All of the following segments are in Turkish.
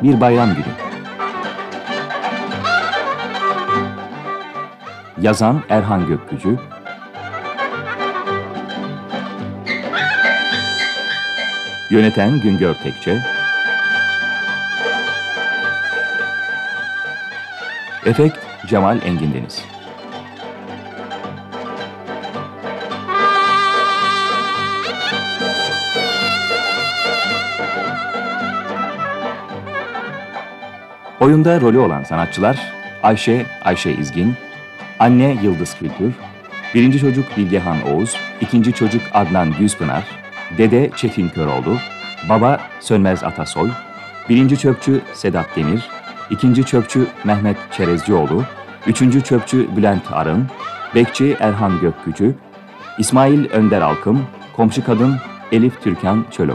Bir bayram günü. Yazan Erhan Gökgücü, yöneten Güngör Tekçe, efekt Cemal Engin Deniz. Oyunda rolü olan sanatçılar Ayşe İzgin, anne Yıldız Kültür, birinci çocuk Bilgehan Oğuz, ikinci çocuk Adnan Güzpınar, dede Çetin Köroğlu, baba Sönmez Atasoy, birinci çöpçü Sedat Demir, ikinci çöpçü Mehmet Çerezcioğlu, üçüncü çöpçü Bülent Arın, bekçi Erhan Gökgücü, İsmail Önder Alkım, komşu kadın Elif Türkan Çölok.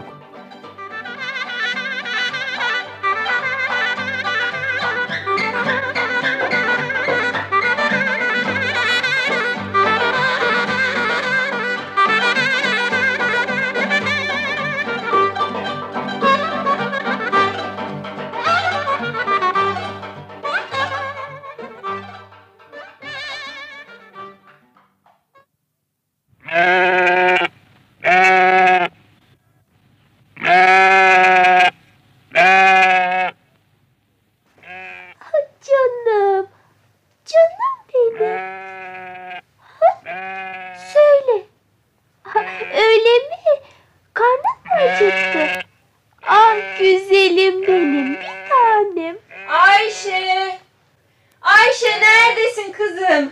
Ayşe neredesin kızım?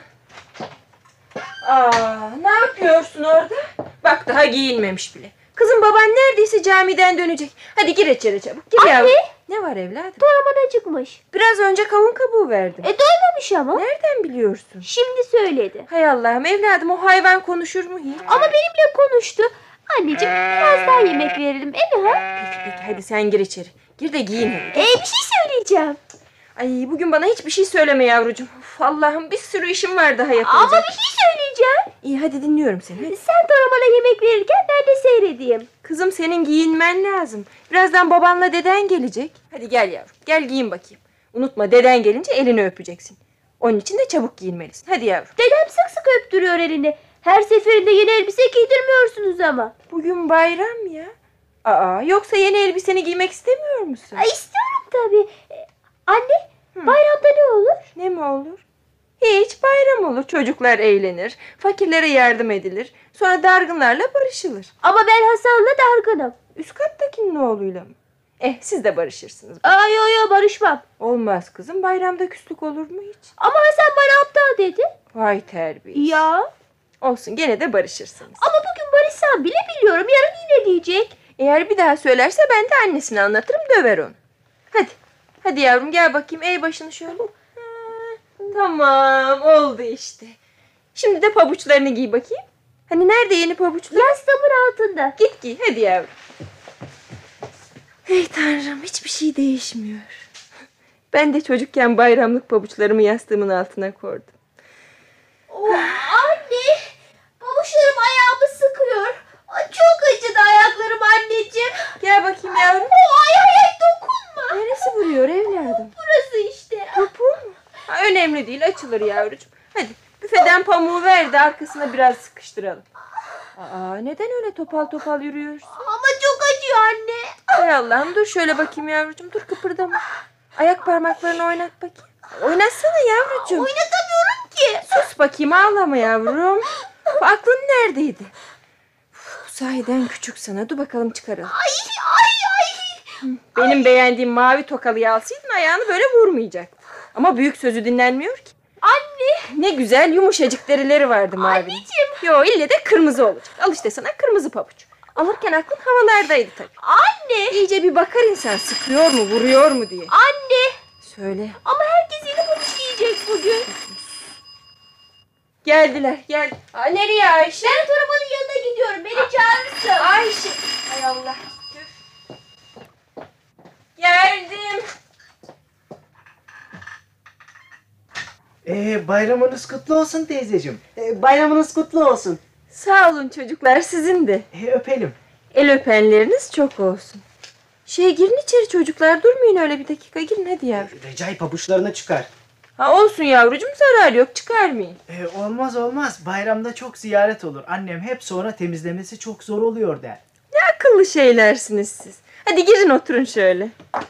Ne yapıyorsun orada? Bak daha giyinmemiş bile. Kızım baban neredeyse camiden dönecek. Hadi gir içeri çabuk. Gir yavrum. Ne var evladım? Doyman acıkmış. Biraz önce kavun kabuğu verdim. Doymamış ama. Nereden biliyorsun? Şimdi söyledi. Hay Allah'ım evladım, o hayvan konuşur mu hiç? Ama benimle konuştu. Anneciğim biraz daha yemek verelim, mi ha? Peki hadi sen gir içeri. Gir de giyin. Bir şey söyleyeceğim. Ay bugün bana hiçbir şey söyleme yavrucuğum. Of, Allah'ım bir sürü işim var daha yapılacak. Ama bir şey söyleyeceğim. İyi hadi dinliyorum seni. Hadi. Sen Toraman'a yemek verirken ben de seyredeyim. Kızım senin giyinmen lazım. Birazdan babanla deden gelecek. Hadi gel yavrum, gel giyin bakayım. Unutma, deden gelince elini öpeceksin. Onun için de çabuk giyinmelisin. Hadi yavrum. Dedem sık sık öptürüyor elini. Her seferinde yeni elbise giydirmiyorsunuz ama. Bugün bayram ya. Yoksa yeni elbiseni giymek istemiyor musun? İstiyorum tabii. Anne, bayramda ne olur? Ne mi olur? Hiç, bayram olur. Çocuklar eğlenir. Fakirlere yardım edilir. Sonra dargınlarla barışılır. Ama ben Hasan'la dargınım. Üst kattakinin oğluyla mı? Siz de barışırsınız. Yo barışmam. Olmaz kızım, bayramda küslük olur mu hiç? Ama Hasan bana aptal dedi. Vay terbiye. Ya. Olsun, gene de barışırsınız. Ama bugün barışsam bile biliyorum, yarın yine diyecek. Eğer bir daha söylerse ben de annesine anlatırım, döver onu. Hadi yavrum gel bakayım, eğ başını şöyle. Tamam, oldu işte. Şimdi de pabuçlarını giy bakayım. Hani nerede yeni pabuçlar? Yastığımın altında. Git giy hadi yavrum. Ey Tanrım, hiçbir şey değişmiyor. Ben de çocukken bayramlık pabuçlarımı yastığımın altına koydum. Anne, pabuçlarım ayağımı sıkıyor. Çok acıdı ayaklarım anneciğim. Gel bakayım yavrum. Ay dokunma. Neresi vuruyor evladım? Burası işte. Topuğu mu? Önemli değil, açılır yavrucuğum. Hadi büfeden pamuğu ver de arkasına biraz sıkıştıralım. Neden öyle topal topal yürüyorsun? Ama çok acıyor anne. Hay Allah'ım, dur şöyle bakayım yavrucuğum, dur kıpırdama. Ayak parmaklarını oynat bakayım. Oynatsana yavrucuğum. Oynatamıyorum ki. Sus bakayım, ağlama yavrum. Aklın neredeydi? Bu sahiden küçük sana, dur bakalım çıkaralım. Ay. Benim beğendiğim mavi tokalıyı alsaydın ayağını böyle vurmayacaktı. Ama büyük sözü dinlenmiyor ki. Anne. Ne güzel yumuşacık derileri vardı mavi. Anneciğim. Yo, ille de kırmızı olacak. Al işte sana kırmızı pabuç. Alırken aklın havalardaydı tabii. Anne. İyice bir bakar insan, sıkıyor mu vuruyor mu diye. Anne. Söyle. Ama herkes yeni pabuç giyecek bugün. Geldiler. Nereye Ayşe? Ben Toraman'ın yanına gidiyorum. Beni çağırırsın. Ayşe. Hay Allah. Geldim. Bayramınız kutlu olsun teyzeciğim. Bayramınız kutlu olsun. Sağ olun çocuklar, sizin de. Öpelim. El öpenleriniz çok olsun. Girin içeri çocuklar, durmayın öyle bir dakika, girin hadi yavrum. Recai pabuçlarını çıkar. Ha olsun yavrucuğum, zarar yok, çıkarmayın. Olmaz olmaz. Bayramda çok ziyaret olur. Annem hep sonra temizlemesi çok zor oluyor der. Ne akıllı şeylersiniz siz. Hadi girin oturun şöyle.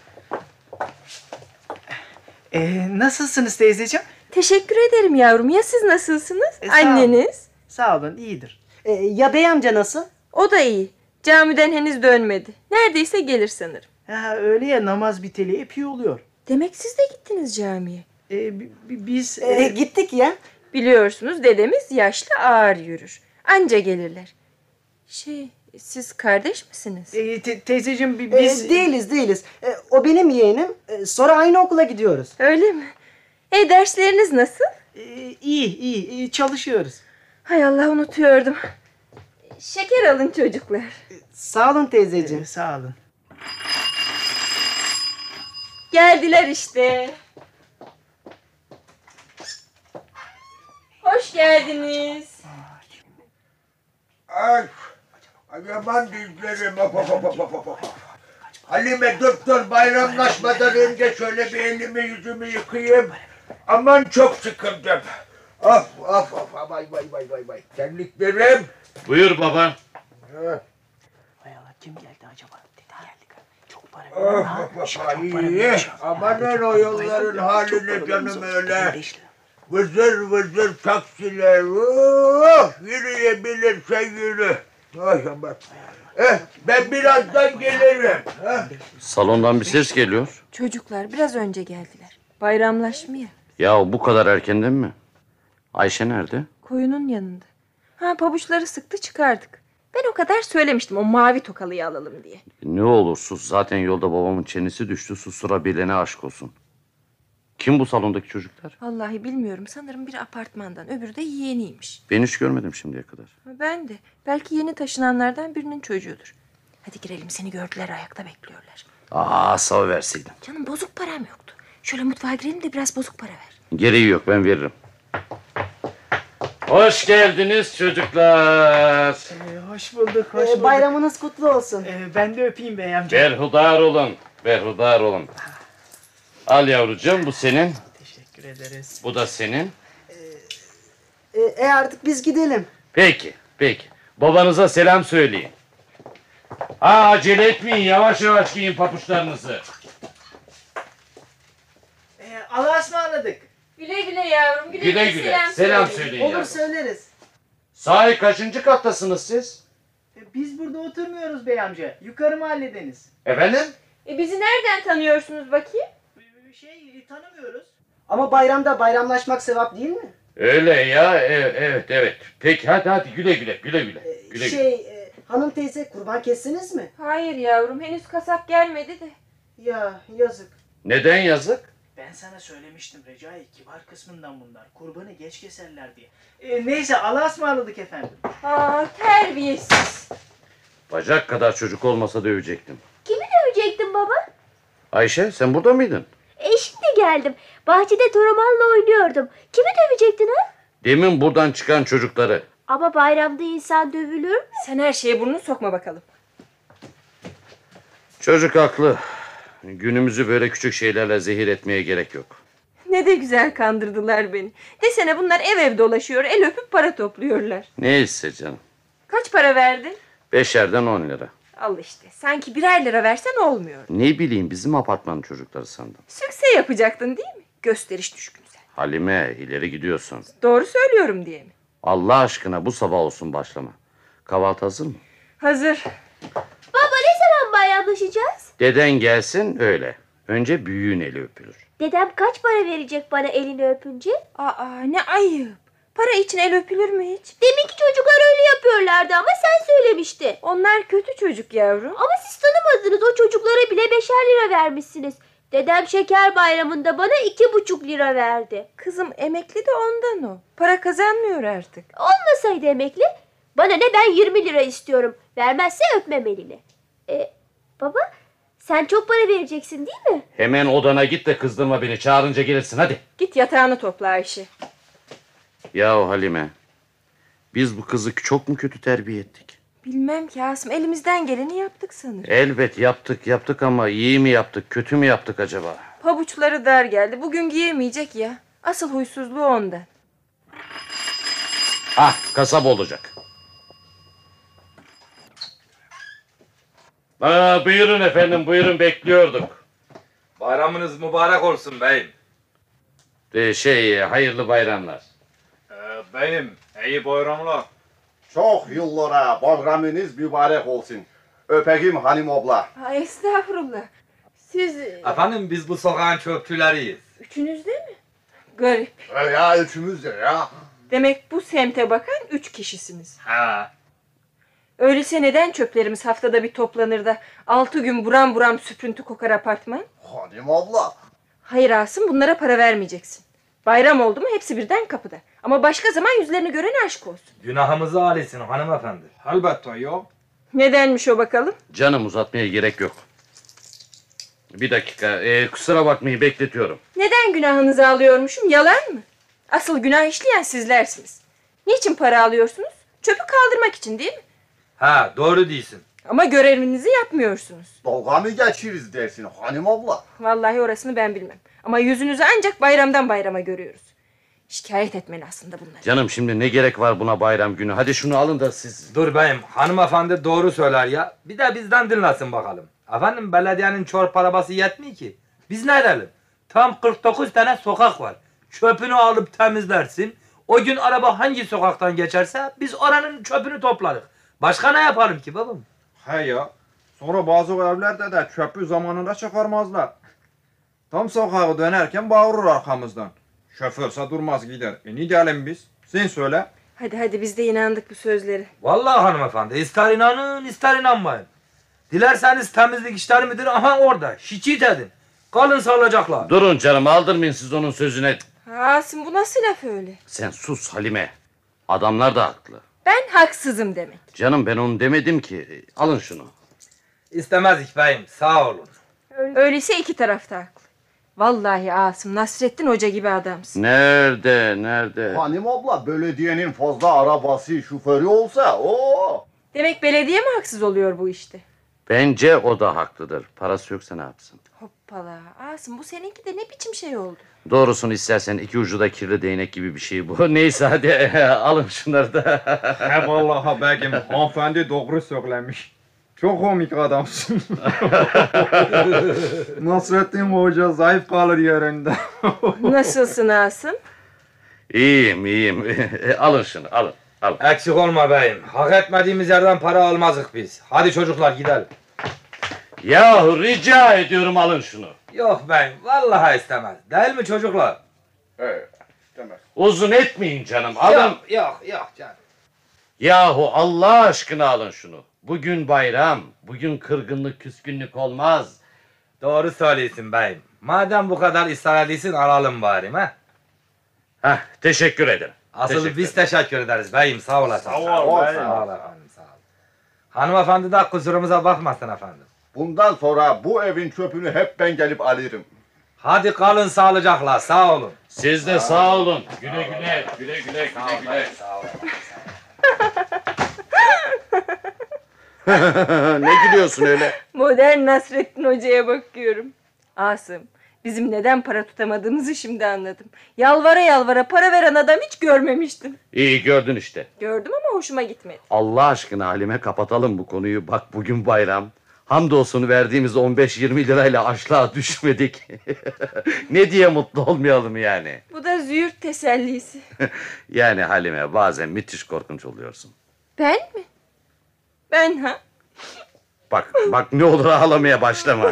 Nasılsınız teyzeciğim? Teşekkür ederim yavrum, ya siz nasılsınız? Sağ olun. Anneniz? Sağ olun, iyidir. Ya bey amca nasıl? O da iyi. Camiden henüz dönmedi. Neredeyse gelir sanırım. Ha, öyle ya, namaz biteli epey oluyor. Demek siz de gittiniz camiye. Biz... Gittik ya. Biliyorsunuz dedemiz yaşlı, ağır yürür. Anca gelirler. Siz kardeş misiniz? Teyzeciğim biz... Değiliz. O benim yeğenim. Sonra aynı okula gidiyoruz. Öyle mi? Dersleriniz nasıl? İyi çalışıyoruz. Hay Allah, unutuyordum. Şeker alın çocuklar. Sağ olun teyzeciğim. Sağ olun. Geldiler işte. Hoş geldiniz. Ay, yaman dizlerim. Halime doktor, bayramlaşmadan önce şöyle bir elimi yüzümü yıkayayım. Aman çok sıkıldım. Of, vay. Terliklerim. Buyur baba. Hay Allah, kim geldi acaba? Dede geldi. Çok para İyi. Amanın o yolların haline canım öyle. Vızır taksiler. Yürüyebilirsen yürü. Ay aman. Ben birazdan gelirim. Salondan bir ses geliyor. Çocuklar biraz önce geldiler. Bayramlaşmaya. Ya bu kadar erkenden mi? Ayşe nerede? Koyunun yanında. Pabuçları sıktı, çıkardık. Ben o kadar söylemiştim o mavi tokalıyı alalım diye. Ne olur sus. Zaten yolda babamın çenesi düştü. Susturabilene aşk olsun. Kim bu salondaki çocuklar? Vallahi bilmiyorum. Sanırım bir apartmandan. Öbürü de yeğeniymiş. Ben hiç görmedim şimdiye kadar. Ben de. Belki yeni taşınanlardan birinin çocuğudur. Hadi girelim, seni gördüler, ayakta bekliyorlar. Salıverseydin. Canım, bozuk param yoktu. Şöyle mutfağa girelim de biraz bozuk para ver. Gereği yok, ben veririm. Hoş geldiniz çocuklar. Hoş bulduk. Hoş bulduk. Bayramınız kutlu olsun. Ben de öpeyim bey amca. Berhudar olun. Al yavrucuğum, bu senin. Teşekkür ederiz. Bu da senin. Artık biz gidelim. Peki. Babanıza selam söyleyin. Acele etmeyin, yavaş giyin papuçlarınızı. Allah'a ısmarladık. Güle güle yavrum. Güle. Selam söyleyin Olur, yavrum. söyleriz. Sahi kaçıncı kattasınız siz? Biz burada oturmuyoruz bey amca. Yukarı mahalledeniz. Efendim? Bizi nereden tanıyorsunuz bakayım? Tanımıyoruz. Ama bayramda bayramlaşmak sevap değil mi? Öyle ya, evet. Peki hadi güle. Hanım teyze, kurban kestiniz mi? Hayır yavrum, henüz kasap gelmedi de. Ya yazık. Neden yazık? Ben sana söylemiştim Recai, kibar kısmından bunlar. Kurbanı geç keserler diye. Neyse, Allah'a ısmarladık efendim. Terbiyesiz. Bacak kadar çocuk olmasa dövecektim. Kimi dövecektin baba? Ayşe, sen burada mıydın? Şimdi geldim. Bahçede Toraman'la oynuyordum. Kimi dövecektin ha? Demin buradan çıkan çocukları. Ama bayramda insan dövülür mü? Sen her şeye burnunu sokma bakalım. Çocuk haklı. Günümüzü böyle küçük şeylerle zehir etmeye gerek yok. Ne de güzel kandırdılar beni. Desene, bunlar ev dolaşıyor, el öpüp para topluyorlar. Neyse canım. Kaç para verdin? 5'erden 10 lira. Al işte, sanki 1'er lira versen olmuyor. Ne bileyim, bizim apartmanın çocukları sandım. Sükse yapacaktın değil mi? Gösteriş düşkünü sen. Halime, ileri gidiyorsun. Doğru söylüyorum diye mi? Allah aşkına bu sabah olsun başlama. Kahvaltı hazır mı? Hazır. Baba, ne zaman bayramlaşacağız? Deden gelsin öyle. Önce büyüğün eli öpülür. Dedem kaç para verecek bana elini öpünce? Ne ayıp. Para için el öpülür mü hiç? Deminki çocuklar öyle yapıyorlardı ama sen söylemiştin. Onlar kötü çocuk yavrum. Ama siz tanımadınız, o çocuklara bile 5'er lira vermişsiniz. Dedem şeker bayramında bana 2,5 lira verdi. Kızım emekli de ondan o. Para kazanmıyor artık. Olmasaydı emekli, bana ne, ben 20 lira istiyorum. Vermezse öpmem elini. Baba, sen çok para vereceksin değil mi? Hemen odana git de kızdırma beni. Çağırınca gelirsin hadi. Git yatağını topla Ayşe. Yahu Halime, biz bu kızı çok mu kötü terbiye ettik? Bilmem ki Asım, elimizden geleni yaptık sanırım. Elbet yaptık ama iyi mi yaptık, kötü mü yaptık acaba? Pabuçları dar geldi. Bugün giyemeyecek ya. Asıl huysuzluğu ondan. Kasap olacak. Buyurun efendim, buyurun, bekliyorduk. Bayramınız mübarek olsun beyim. Hayırlı bayramlar. Beyim, iyi bayramlar. Çok yıllara bayramınız mübarek olsun. Öpeyim hanım abla. Ha, estağfurullah. Siz Efendim biz bu sokağın çöpçüleriyiz. üçünüz de mi? Garip. Ya üçümüz de ya. Demek bu semte bakan 3 kişisiniz. Ha. Öyleyse neden çöplerimiz haftada bir toplanır da 6 gün buram buram süprüntü kokar apartman? Hanım abla. Hayır Asım, bunlara para vermeyeceksin. Bayram oldu mu hepsi birden kapıda. Ama başka zaman yüzlerini gören aşk olsun. Günahımızı alesin hanımefendi. Elbette yok. Nedenmiş o bakalım? Canım, uzatmaya gerek yok. Bir dakika, kusura bakmayın, bekletiyorum. Neden günahınızı alıyormuşum? Yalan mı? Asıl günah işleyen sizlersiniz. Niçin para alıyorsunuz? Çöpü kaldırmak için değil mi? Ha, doğru değilsin. Ama görevinizi yapmıyorsunuz. Dalga mı geçiriz dersin hanım abla? Vallahi orasını ben bilmem. Ama yüzünüzü ancak bayramdan bayrama görüyoruz. Şikayet etmeli aslında bunları. Canım, şimdi ne gerek var buna bayram günü? Hadi şunu alın da siz... Dur beyim, hanımefendi doğru söyler ya. Bir de bizden dinlesin bakalım. Efendim belediyenin çöp arabası yetmiyor ki. Biz ne edelim? Tam 49 tane sokak var. Çöpünü alıp temizlersin. O gün araba hangi sokaktan geçerse biz oranın çöpünü toplarız. Başka ne yapalım ki babam? He ya. Sonra bazı evlerde de çöpü zamanında çıkarmazlar. Tam sokağa dönerken bağırır arkamızdan. Şoförse durmaz gider. Ne diyelim biz? Sen söyle. Hadi biz de inandık bu sözleri. Vallahi hanımefendi, ister inanın ister inanmayın. Dilerseniz temizlik işleri müdürü aha orada. Şikayet edin. Kalın sağlıcakla. Durun canım, aldırmayın siz onun sözüne. Asım, bu nasıl laf öyle? Sen sus Halime. Adamlar da haklı. Ben haksızım demek. Canım, ben onu demedim ki. Alın şunu. İstemezdik beyim, sağ olun. Öyleyse iki tarafta haklı. Vallahi Asım, Nasrettin Hoca gibi adamsın. Nerede? Hanım abla belediyenin fazla arabası şoförü olsa o. Demek belediye mi haksız oluyor bu işte? Bence o da haklıdır. Parası yoksa ne yapsın? Hoppala. Asım, bu seninki de ne biçim şey oldu? Doğrusunu istersen iki ucu da kirli değnek gibi bir şey bu. Neyse hadi alın şunları da. He vallahi begim. Hanımefendi doğru söylemiş. Çok komik adamsın. Nasrettin Hoca zayıf kalır yerinde. Nasılsın Asım? İyiyim. Alın şunu, alın. Eksik olma beyim. Hak etmediğimiz yerden para almazdık biz. Hadi çocuklar gidelim. Yahu rica ediyorum, alın şunu. Yok beyim, vallahi istemez. Değil mi çocuklar? Evet. Demez. Uzun etmeyin canım, alın. Yok canım. Yahu Allah aşkına alın şunu. Bugün bayram, bugün kırgınlık küskünlük olmaz. Doğru söylüyorsun beyim. Madem bu kadar ısrar ediyorsun alalım bari ha. Teşekkür ederim. Asıl biz teşekkür ederiz beyim, sağ olasın. Sağ ol beyim. Sağ ol efendim, sağ ol. Hanımefendi de kusurumuza bakmasın efendim. Bundan sonra bu evin çöpünü hep ben gelip alırım. Hadi kalın sağlıcakla, sağ olun. Siz de sağ olun. Güle. Sağ olun. Ne gülüyorsun öyle? Modern Nasrettin Hoca'ya bakıyorum. Asım, bizim neden para tutamadığımızı şimdi anladım. Yalvara para veren adam hiç görmemiştim. İyi gördün işte. Gördüm ama hoşuma gitmedi. Allah aşkına Halime, kapatalım bu konuyu. Bak bugün bayram. Hamdolsun verdiğimiz 15-20 lirayla aşağı düşmedik. Ne diye mutlu olmayalım yani. Bu da züğürt tesellisi. Yani Halime, bazen müthiş korkunç oluyorsun. Ben mi? Ben ha? Bak ne olur ağlamaya başlama.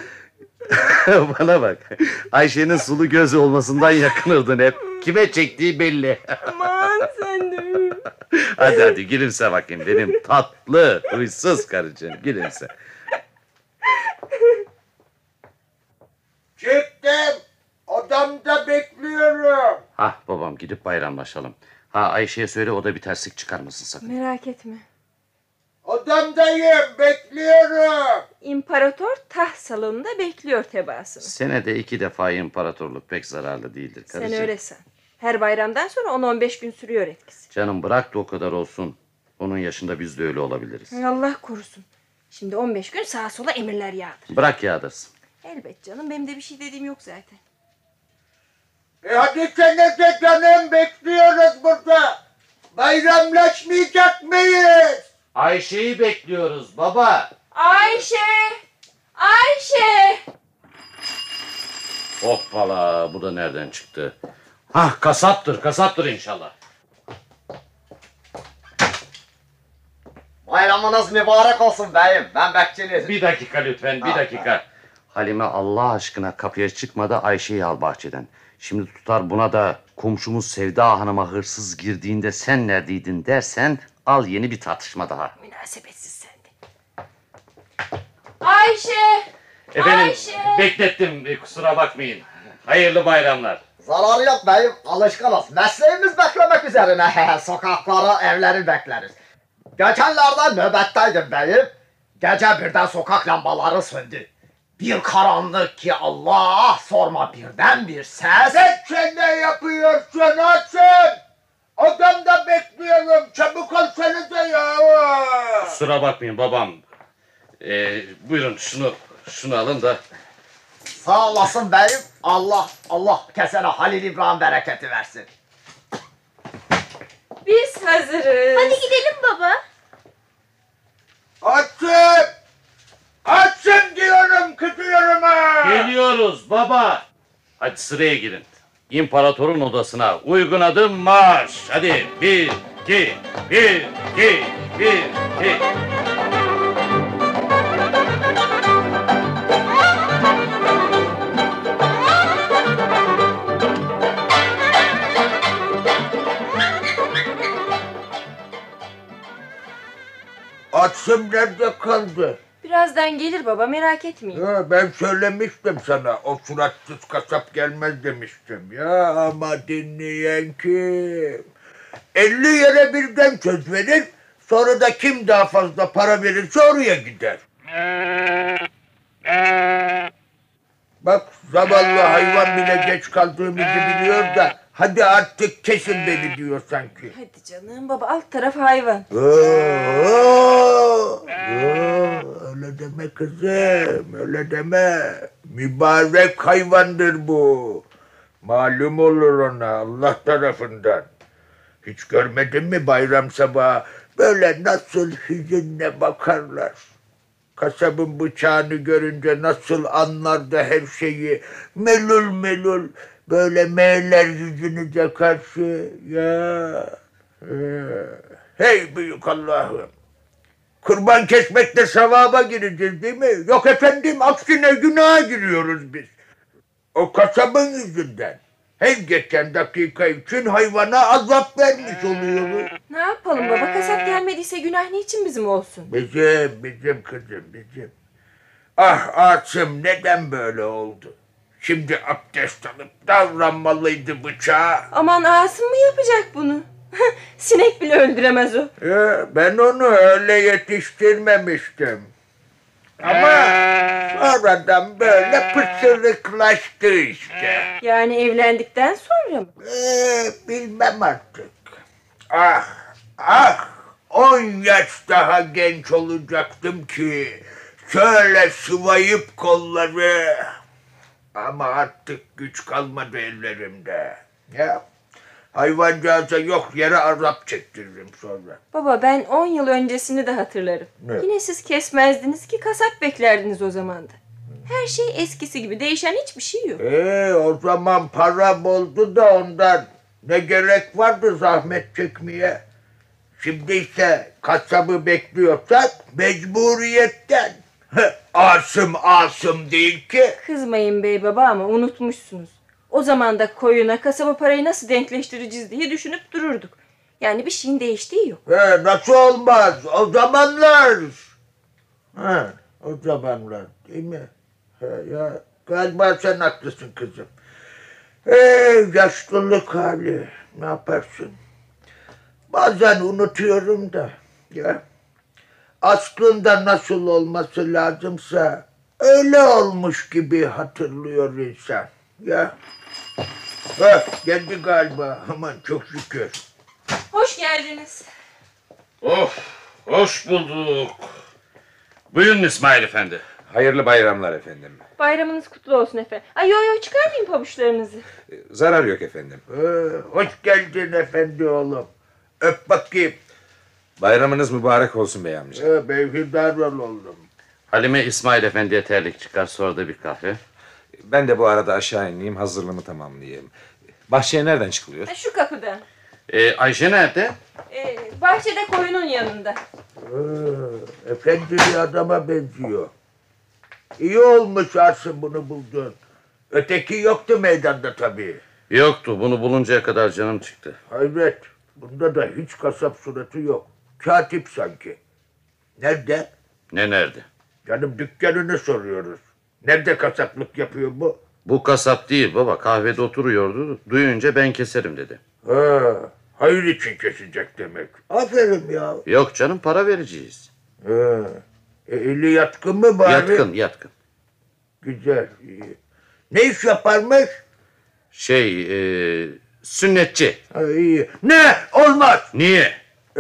Bana bak. Ayşe'nin sulu gözü olmasından yakınırdın hep. Kime çektiği belli. Aman sen de. Hadi gülümse bakayım benim tatlı, huysuz karıcığım. Gülümse. Çıktım. Odamda bekliyorum. Babam, gidip bayramlaşalım. Ayşe'ye söyle, o da bir terslik çıkarmasın sakın. Merak etme. Odamdayım, bekliyorum. İmparator taht salonunda bekliyor tebaasını. Senede 2 defa imparatorluk pek zararlı değildir karıcığım. Sen öyle san. Her bayramdan sonra 10-15 gün sürüyor etkisi. Canım bırak da o kadar olsun. Onun yaşında biz de öyle olabiliriz. Allah korusun. Şimdi 15 gün sağa sola emirler yağdır. Bırak yağdırsın. Elbet canım, benim de bir şey dediğim yok zaten. Hadi senede canım, bekliyoruz burada. Bayramlaşmayacak mıyız? Ayşe'yi bekliyoruz baba. Ayşe! Ayşe! Hoppala, bu da nereden çıktı? Hah, kasaptır inşallah. Bayramınız mübarek olsun beyim. Ben bekçiniz. Bir dakika lütfen, bir dakika. Halime Allah aşkına kapıya çıkmadı, Ayşe'yi al bahçeden. Şimdi tutar buna da komşumuz Sevda Hanım'a hırsız girdiğinde sen neredeydin dersen al yeni bir tartışma daha. Münasebetsiz sende. Ayşe! Efendim Ayşe! beklettim, kusura bakmayın. Hayırlı bayramlar. Zararı yok beyim. Alışkınız. Mesleğimiz beklemek üzerine. Sokakları, evleri bekleriz. Geçenlerde nöbetteydim beyim. Gece birden sokak lambaları söndü. Bir karanlık ki Allah, sorma, birden bir ses. Sen ne yapıyorsun Asım? Odamda bekliyorum. Çabuk olsanıza ya. Kusura bakmayın babam. Buyurun şunu alın da. Sağ olasın beyim. Allah kesene Halil İbrahim bereketi versin. Biz hazırız. Hadi gidelim baba. Asım! Asım diyorum, kızıyorum ha. Geliyoruz baba. Hadi sıraya girin. İmparatorun odasına uygun adım marş. Hadi 1, 2, 1, 2, 1, 2. Asım nerede kaldı? Birazdan gelir baba, merak etmeyin. Ya ben söylemiştim sana, o suratsız kasap gelmez demiştim. Ya ama dinleyen kim? 50 yere birden söz verir, sonra da kim daha fazla para verirse oraya gider. Bak, zavallı hayvan bile geç kaldığımızı biliyor da hadi artık kesin beni diyor sanki. Hadi canım baba, alt taraf hayvan. Öyle deme kızım, öyle deme. Mübarek hayvandır bu. Malum olur ona Allah tarafından. Hiç görmedin mi bayram sabahı böyle nasıl hüzünle bakarlar. Kasabın bıçağını görünce nasıl anlardı her şeyi. Melul melul böyle meğerler yüzünüze karşı. Ya. Hey büyük Allah'ım. Kurban kesmekte sevaba gireceğiz değil mi? Yok efendim, aksine günaha giriyoruz biz. O kasabın yüzünden. Her geçen dakika için hayvana azap vermiş oluyoruz. Ne yapalım baba, kasap gelmediyse günah niçin bizim olsun? Bizim kızım, bizim. Ah Asım, neden böyle oldu? Şimdi abdest alıp davranmalıydı bıçağa. Aman Asım mı yapacak bunu? Sinek bile öldüremez o. Ben onu öyle yetiştirmemiştim. Ama sonradan böyle pısırıklaştı işte. Yani evlendikten sonra mı? Bilmem artık. Ah, 10 yaş daha genç olacaktım ki şöyle sıvayıp kolları. Ama artık güç kalmadı ellerimde. Ya. Hayvancağıza yok yere azap çektiririm sonra. Baba, ben 10 yıl öncesini de hatırlarım. Ne? Yine siz kesmezdiniz ki kasap beklerdiniz o zaman da. Her şey eskisi gibi, değişen hiçbir şey yok. O zaman para boldu da ondan. Ne gerek vardı zahmet çekmeye? Şimdi ise kasabı bekliyorsak mecburiyetten. Asım değil ki. Kızmayın bey baba ama unutmuşsunuz. O zaman da koyuna, kasaba parayı nasıl denkleştireceğiz diye düşünüp dururduk. Yani bir şeyin değiştiği yok. Nasıl olmaz? O zamanlar. O zamanlar değil mi? Ya galiba sen haklısın kızım. Yaşlılık hali. Ne yaparsın? Bazen unutuyorum da. Ya. Aslında nasıl olması lazımsa öyle olmuş gibi hatırlıyor insan. Ya. Geldi galiba. Aman çok şükür. Hoş geldiniz. Hoş bulduk. Buyurun İsmail Efendi. Hayırlı bayramlar efendim. Bayramınız kutlu olsun efendim. Ay yo çıkarmayın pabuçlarınızı. Zarar yok efendim. Hoş geldin efendi oğlum. Öp bakayım. Bayramınız mübarek olsun bey amca. Beyhildar oldum. Halime İsmail Efendi'ye terlik çıkar, sonra da bir kahve. Ben de bu arada aşağı ineyim, hazırlığımı tamamlayayım. Bahçeye nereden çıkılıyor? Ha, şu kapıdan. Ayşe nerede? Bahçede koyunun yanında. Efendi bir adama benziyor. İyi olmuş Asım bunu buldun. Öteki yoktu meydanda tabii. Yoktu, bunu buluncaya kadar canım çıktı. Hayret. Bunda da hiç kasap suratı yok. Katip sanki. Nerede? Ne nerede? Canım dükkanını soruyoruz. Nerede kasaplık yapıyor bu? Bu kasap değil baba, kahvede oturuyordu. Duyunca ben keserim dedi. Hayır için kesecek demek. Aferin ya. Yok canım, para vereceğiz. Eli yatkın mı bari? Yatkın. Güzel, iyi. Ne iş yaparmış? Sünnetçi. İyi. Ne? Olmaz. Niye?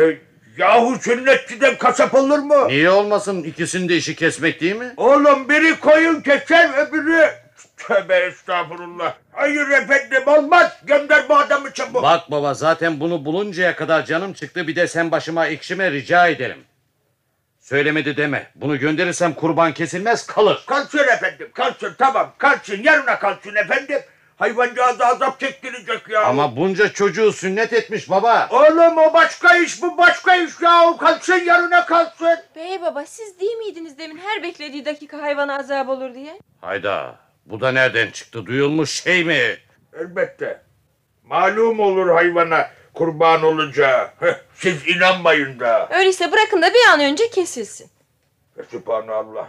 Yahu sünnetçiden kasap olur mu? Niye olmasın? İkisinin de işi kesmek değil mi? Oğlum biri koyun keser öbürü... Tövbe estağfurullah. Hayır efendim olmaz. Gönder bu adamı çabuk. Bak baba, zaten bunu buluncaya kadar canım çıktı. Bir de sen başıma ekşime, rica ederim. Söylemedi deme. Bunu gönderirsem kurban kesilmez, kalır. Kalsın efendim kalsın, tamam kalsın, yarına kalsın efendim. Hayvancağıza azap çektirecek ya. Ama bunca çocuğu sünnet etmiş baba. Oğlum o başka iş, bu başka iş ya. Kalsın, yarına kalsın. Bey baba, siz değil miydiniz demin her beklediği dakika hayvana azap olur diye? Hayda, bu da nereden çıktı? Duyulmuş şey mi? Elbette. Malum olur hayvana kurban olacağı. Siz inanmayın da. Öyleyse bırakın da bir an önce kesilsin. Sübhanallah.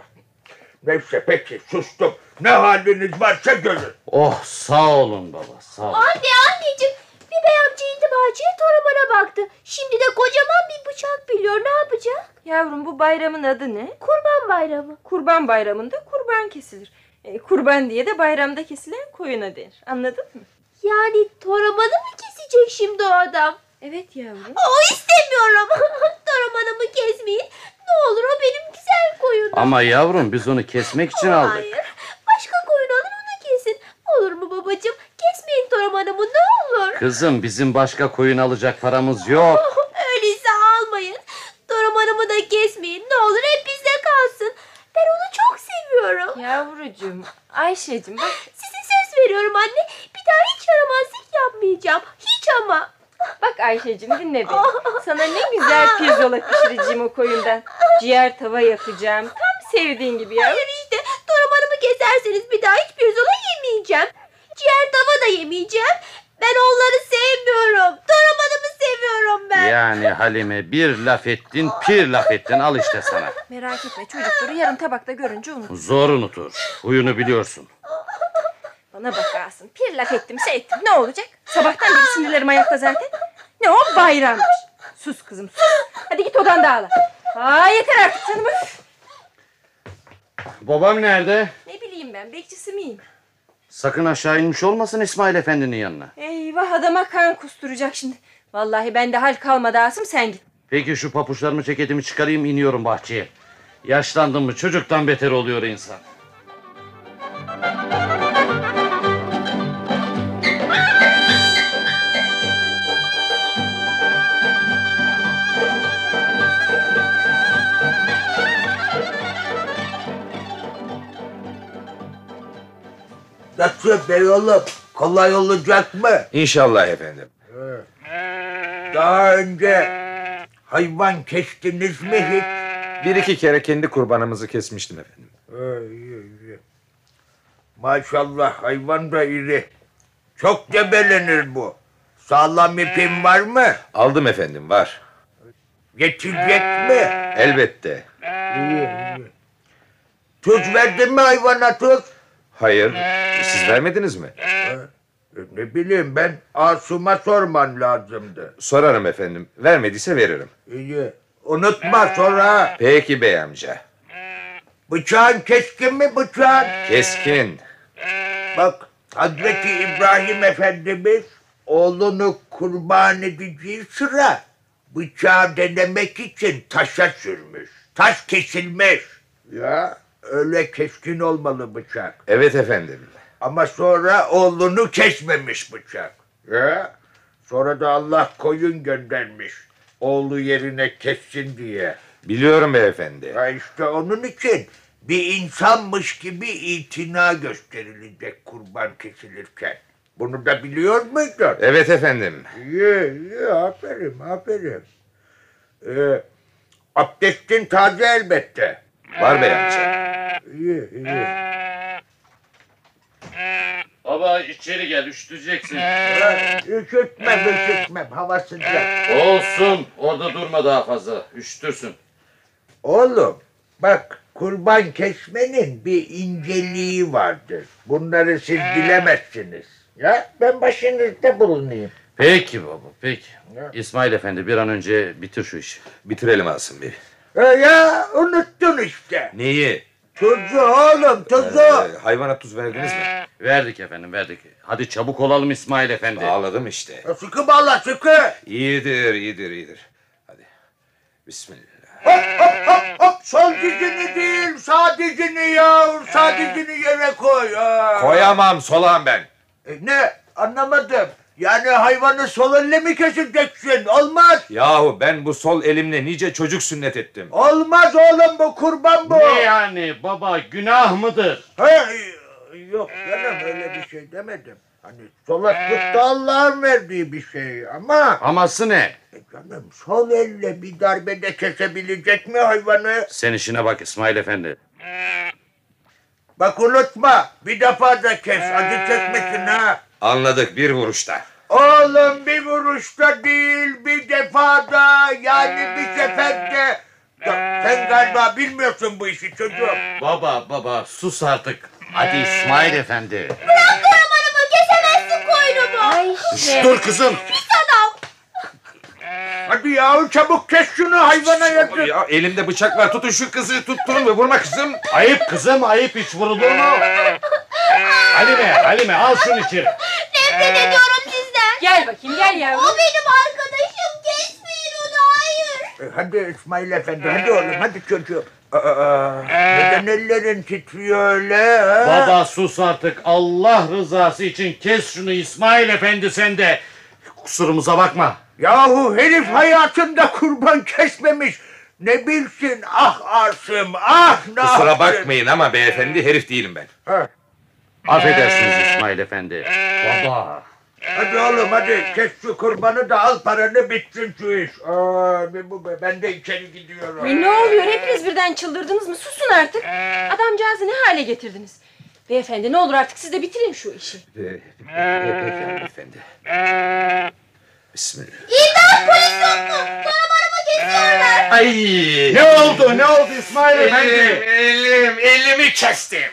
Neyse peki, sustum. Ne haliniz varsa görün. Oh, sağ olun baba, sağ olun. Anneciğim, bir bey amca indi bahçeye, toramana baktı. Şimdi de kocaman bir bıçak biliyor, ne yapacak? Yavrum, bu bayramın adı ne? Kurban bayramı. Kurban bayramında kurban kesilir. Kurban diye de bayramda kesilen koyuna denir. Anladın mı? Yani toramanı mı kesecek şimdi o adam? Evet yavrum. İstemiyorum. Toramanımı kesmeyin. Ne olur, o benim güzel koyunum. Ama yavrum, biz onu kesmek için aldık. Hayır. Başka koyun alın, onu kesin. Olur mu babacığım? Kesmeyin toramanımı, ne olur. Kızım, bizim başka koyun alacak paramız yok. Öyleyse almayın. Toramanımı da kesmeyin. Ne olur hep bizde kalsın. Ben onu çok seviyorum. Yavrucuğum, Ayşe'cim bak. Size söz veriyorum anne. Bir daha hiç yaramazlık yapmayacağım. Hiç ama. Bak Ayşe'cim, dinle beni. Sana ne güzel pirzola pişireceğim o koyundan. Ciğer tava yakacağım. Tam sevdiğin gibi ya. Hayır işte, toramanımı keserseniz bir daha hiç pirzola yemeyeceğim. Ciğer tava da yemeyeceğim. Ben onları sevmiyorum. Toramanımı seviyorum ben. Yani Halime, bir laf ettin, pir laf ettin, al işte sana. Merak etme, çocukları yarın tabakta görünce unut. Zor unutur, huyunu biliyorsun. Bana bak Asım, bir laf ettim ettim, ne olacak? Sabahtan beri sinirlerim ayakta zaten. Ne o, bayrammış. Sus kızım sus. Hadi git odanda ağla. Yeter artık canım. Babam nerede? Ne bileyim ben, bekçisi miyim? Sakın aşağı inmiş olmasın İsmail Efendi'nin yanına. Eyvah, adama kan kusturacak şimdi. Vallahi bende hal kalmadı Asım, sen git. Peki şu papuçlarımı, ceketimi çıkarayım, iniyorum bahçeye. Yaşlandım mı çocuktan beter oluyor insan. Nasıl bey oğlum? Kolay olacak mı? İnşallah efendim. Daha önce hayvan kestiniz mi hiç? Bir iki kere kendi kurbanımızı kesmiştim efendim. İyi. Maşallah hayvan da iri. Çok debelenir bu. Sağlam ipin var mı? Aldım efendim, var. Geçecek mi? Elbette. İyi. Tuz verdin mi hayvana, tuz? Hayır, siz vermediniz mi? Ne bileyim ben, Asum'a sorman lazımdı. Sorarım efendim, vermediyse veririm. İyi. Unutma sonra. Peki bey amca. Bıçağın keskin mi bıçağın? Keskin. Bak Hazreti İbrahim Efendimiz oğlunu kurban edeceği sıra bıçağı denemek için taşa sürmüş. Taş kesilmiş. Ya öyle keskin olmalı bıçak. Evet efendim. Ama sonra oğlunu kesmemiş bıçak. Ya sonra da Allah koyun göndermiş. Oğlu yerine kessin diye. Biliyorum beyefendi. Ya işte onun için bir insanmış gibi itina gösterilecek kurban kesilirken. Bunu da biliyor muydun? Evet efendim. İyi, aferin. Abdestin taze elbette. Var bey amca. İyi. Baba içeri gel üşüteceksin. Üşütmem. Hava sıcak. Olsun orada durma daha fazla üşütürsün. Oğlum bak kurban kesmenin bir inceliği vardır. Bunları siz bilemezsiniz. Ya ben başınızda bulunayım. Peki baba peki. İsmail Efendi bir an önce bitir şu işi. Bitirelim Asım Bey. Ya unuttun işte. Neyi? Tuzu oğlum tuzu. Hayvana tuz verdiniz mi? Verdik efendim verdik. Hadi çabuk olalım İsmail Efendi. Bağladım işte. Sıkı bağla sıkı. İyidir. Hadi. Bismillah. Hop sol dizini değil sağ dizini ya. Sağ dizini yere koy. Koyamam solağım ben. Ne anlamadım. Yani hayvanı sol elle mi keseceksin? Olmaz. Yahu ben bu sol elimle nice çocuk sünnet ettim. Olmaz oğlum bu kurban bu. Ne yani baba günah mıdır? Yok canım öyle bir şey demedim. Hani solaklık da Allah'ın verdiği bir şey ama... Aması ne? Canım sol elle bir darbede kesebilecek mi hayvanı? Sen işine bak İsmail Efendi. Bak unutma bir defa da kes acı çekmesin ha. Anladık bir vuruşta. Oğlum bir vuruşta değil bir defada yani bir seferde. Sen galiba bilmiyorsun bu işi çocuğum. Baba sus artık. Hadi İsmail Efendi. Bırak korumanımı, kesemezsin koyunumu. Dur kızım. Pis adam. Hadi yahu çabuk kes şunu hayvana yazık. Ya elimde bıçak var tutun şu kızı tutturun ve vurma kızım. Ayıp kızım ayıp hiç vurulur mu? Halime al şunu içeri. Nefret ediyorum sizden. Gel bakayım gel yavrum. O benim arkadaşım. Kesmeyin onu, hayır. Hadi İsmail Efendi hadi oğlum hadi çocuğum. Neden ellerin titriyor öyle ha? Baba sus artık. Allah rızası için kes şunu İsmail Efendi sen de. Kusurumuza bakma. Yahu herif hayatında kurban kesmemiş. Ne bilsin ah Asım ah ne Kusura yapsın? bakmayın ama beyefendi herif değilim ben. Ha, Affedersiniz İsmail Efendi. Baba. hadi oğlum hadi kes şu kurbanı da al paranı bitsin şu iş. Ben de içeri gidiyorum. Ay, ne oluyor hepiniz birden çıldırdınız mı? Susun artık. Adamcağızı ne hale getirdiniz? Beyefendi ne olur artık siz de bitirin şu işi. Beyefendi. Bismillah. İmdat, polis yok mu? Korumanımı kesiyorlar. Ay! Ne oldu İsmail Efendi? Elimi kestim.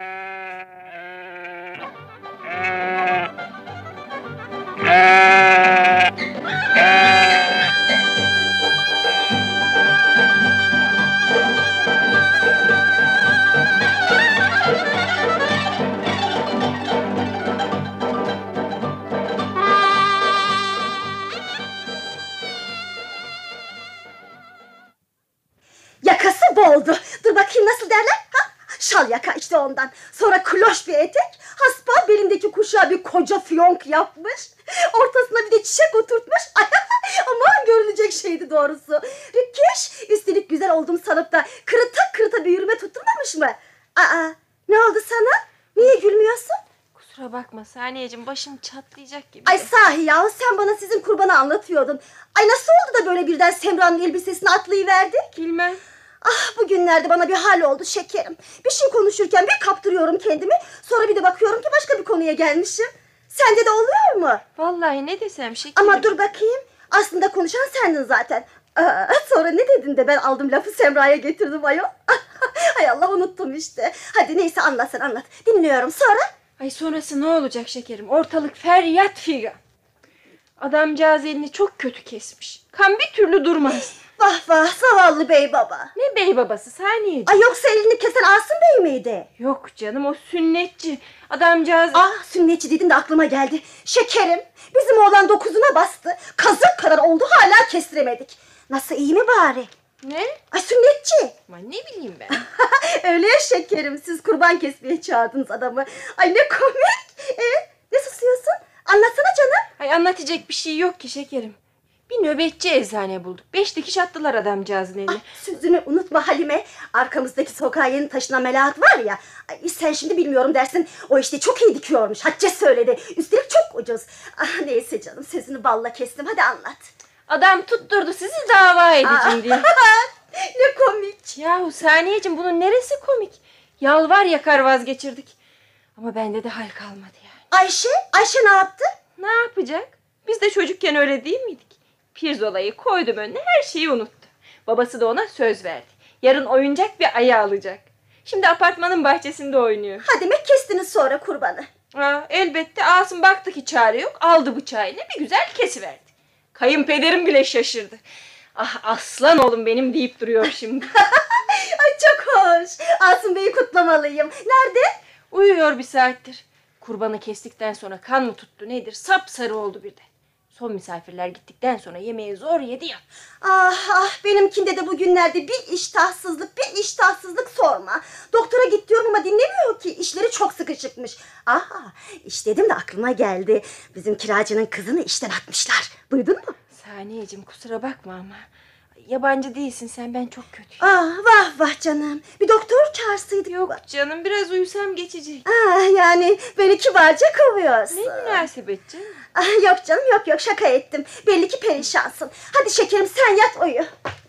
Yakası boldu. Dur bakayım nasıl derler? Ha? Şal yaka işte ondan. Sonra kloş bir etek. Haspa belindeki kuşağı bir koca fiyonk yapmış. Ortasına bir de çiçek oturtmuş. Aman görülecek şeydi doğrusu. Rükkeş. Üstelik güzel olduğumu sanıp da kırıta bir yürüme tutturmamış mı? Ne oldu sana? Niye gülmüyorsun? Kusura bakma Saniyeciğim başım çatlayacak gibi. Ay sahi yahu sen bana sizin kurbanı anlatıyordun. Ay nasıl oldu da böyle birden Semra'nın elbisesini atlayıverdik? Bilmem. Ah bugünlerde bana bir hal oldu şekerim. Bir şey konuşurken bir kaptırıyorum kendimi. Sonra bir de bakıyorum ki başka bir konuya gelmişim. Sende de oluyor mu? Vallahi ne desem şekerim. Ama dur bakayım. Aslında konuşan sendin zaten. Sonra ne dedin de ben aldım lafı Semra'ya getirdim ayol. Hay Allah unuttum işte. Hadi neyse anlat sen anlat. Dinliyorum sonra. Ay sonrası ne olacak şekerim? Ortalık feryat figan. Adamcağız elini çok kötü kesmiş. Kan bir türlü durmaz. Vah vah zavallı bey baba. Ne bey babası Saniyeciğim? Ay yoksa elini kesen Asım Bey miydi? Yok canım o sünnetçi. Adamcağız... Ah sünnetçi dedin de aklıma geldi. Şekerim bizim oğlan 9'una bastı. Kazık kadar oldu hala kestiremedik. Nasıl iyi mi bari? Ne? Ay sünnetçi. Aman ne bileyim ben. Öyle ya şekerim siz kurban kesmeye çağırdınız adamı. Ay ne komik. Ne susuyorsun? Anlatsana canım. Ay anlatacak bir şey yok ki şekerim. Bir nöbetçi eczane bulduk. 5 dikiş attılar adamcağızın eline. Sözünü unutma Halime. Arkamızdaki sokağa yeni taşınan Melahat var ya. Ay, sen şimdi bilmiyorum dersin. O işte çok iyi dikiyormuş. Hatice söyledi. Üstelik çok ucuz. Ah, neyse canım sözünü balla kestim. Hadi anlat. Adam tutturdu sizi dava edeceğim diye. Ne komik. Yahu Saniyeciğim bunun neresi komik? Yalvar yakar vazgeçirdik. Ama bende de hal kalmadı yani. Ayşe ne yaptı? Ne yapacak? Biz de çocukken öyle değil miydik? Pirzolayı koydum önüne her şeyi unuttu. Babası da ona söz verdi. Yarın oyuncak bir ayı alacak. Şimdi apartmanın bahçesinde oynuyor. Ha demek kestiniz sonra kurbanı. Elbette Asım baktı ki çare yok. Aldı bıçağıyla bir güzel kesiverdi. Kayınpederim bile şaşırdı. Ah aslan oğlum benim deyip duruyor şimdi. Ay çok hoş. Asım Bey'i kutlamalıyım. Nerede? Uyuyor bir saattir. Kurbanı kestikten sonra kan mı tuttu nedir? Sapsarı oldu birden. Son misafirler gittikten sonra yemeği zor yedi ya. Ah benimkinde de bugünlerde bir iştahsızlık sorma. Doktora git diyorum ama dinlemiyor ki. İşleri çok sıkışıkmış. İş dedim de aklıma geldi. Bizim kiracının kızını işten atmışlar. Duydun mu? Saniyeciğim kusura bakma ama. Yabancı değilsin sen ben çok kötüyüm. Vah vah canım. Bir doktor çağırsaydık. Yok canım biraz uyusam geçecek. Yani beni kibarca kovuyorsun. Ne münasebet canım. Yok canım yok şaka ettim. Belli ki perişansın. Hadi şekerim sen yat uyu.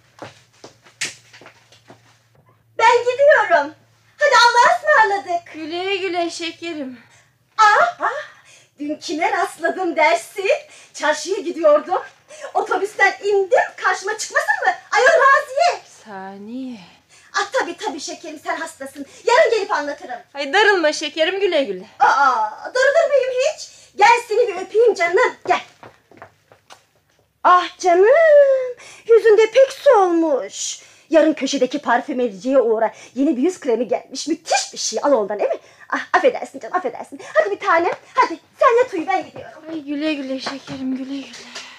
Ben gidiyorum. Hadi Allah'a ısmarladık. Güle güle şekerim. Dün kime rastladım dersin? Çarşıya gidiyordum. Otobüsten indim karşıma çıkmasın mı? Ayol Raziye. Saniye. Tabii şekerim sen hastasın. Yarın gelip anlatırım. Ay darılma şekerim güle güle. Darılır mıyım hiç? Gel seni bir öpeyim canım gel. Ah canım yüzünde pek solmuş. Yarın köşedeki parfümericiye uğra. Yeni bir yüz kremi gelmiş. Müthiş bir şey al ondan değil mi? Affedersin canım affedersin. Hadi bir tanem hadi sen yat uyu ben gidiyorum. Ay güle güle şekerim güle güle.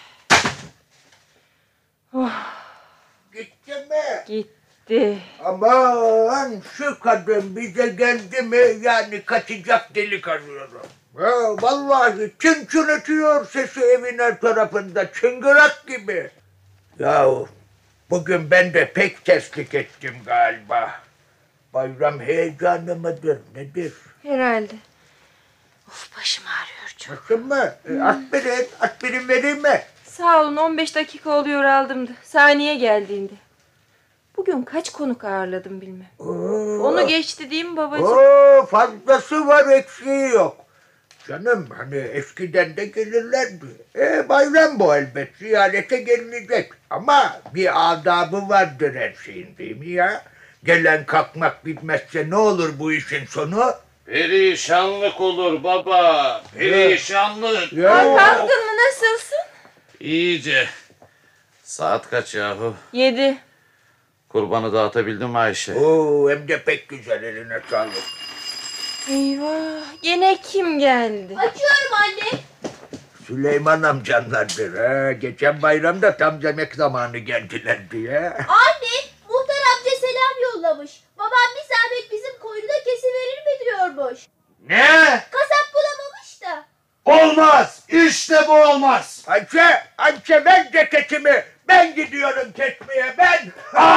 Gitti mi? Gitti. Aman şu kadın bize geldi mi yani kaçacak delik arıyorum. Vallahi çın ötüyor sesi evin her tarafında çıngırak gibi. Yahu bugün ben de pek terslik ettim galiba. Bayram heyecanı mıdır nedir? Herhalde. Of başım ağrıyor çok. Başım mı? Aspirin vereyim mi? Sağ olun 15 dakika oluyor aldımdı. Saniye geldiğinde. Bugün kaç konuk ağırladım bilmem. Onu geçti değil mi babacığım? Fazlası var eksiği yok. Canım hani eskiden de gelirlerdi. Bayram bu elbet ziyarete gelinecek. Ama bir adabı vardır her şeyin değil mi ya? Gelen kalkmak bilmezse ne olur bu işin sonu? Perişanlık olur baba. Perişanlık. Kalktın mı nasılsın? İyice. Saat kaç yahu? 7. Kurbanı dağıtabildin mi Ayşe? Hem de pek güzel eline sağlık. Eyvah gene kim geldi? Açıyorum anne. Süleyman amcanlardır. Geçen bayramda tam yemek zamanı geldiler diye. Anne muhtar amca selam yollamış. Babam bir zahmet bizim koyunu da kesiverir mi diyormuş. Ne? Kasap bulamamış da. Olmaz. İşte bu olmaz. Ayşe ver ceketimi. Ben gidiyorum kesmeye ben.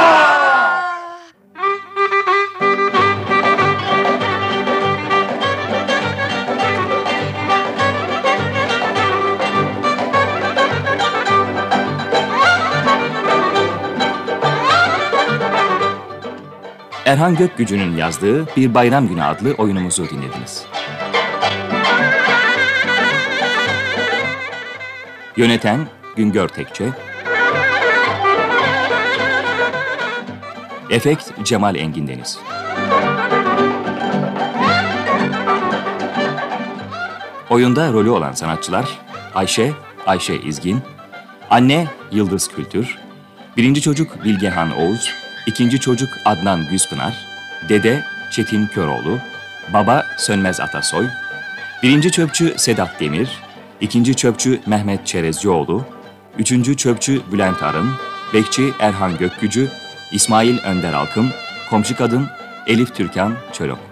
Erhan Gökgücü'nün yazdığı Bir Bayram Günü adlı oyunumuzu dinlediniz. Yöneten Güngör Tekçe, efekt Cemal Engin Deniz. Oyunda rolü olan sanatçılar Ayşe, Ayşe İzgin, anne Yıldız Kültür, birinci çocuk Bilgehan Oğuz, ikinci çocuk Adnan Güzpınar, dede Çetin Köroğlu, baba Sönmez Atasoy, birinci çöpçü Sedat Demir, ikinci çöpçü Mehmet Çerezcioğlu, üçüncü çöpçü Bülent Arın, bekçi Erhan Gökgücü, İsmail Önder Alkım, komşu kadın Elif Türkan Çölok.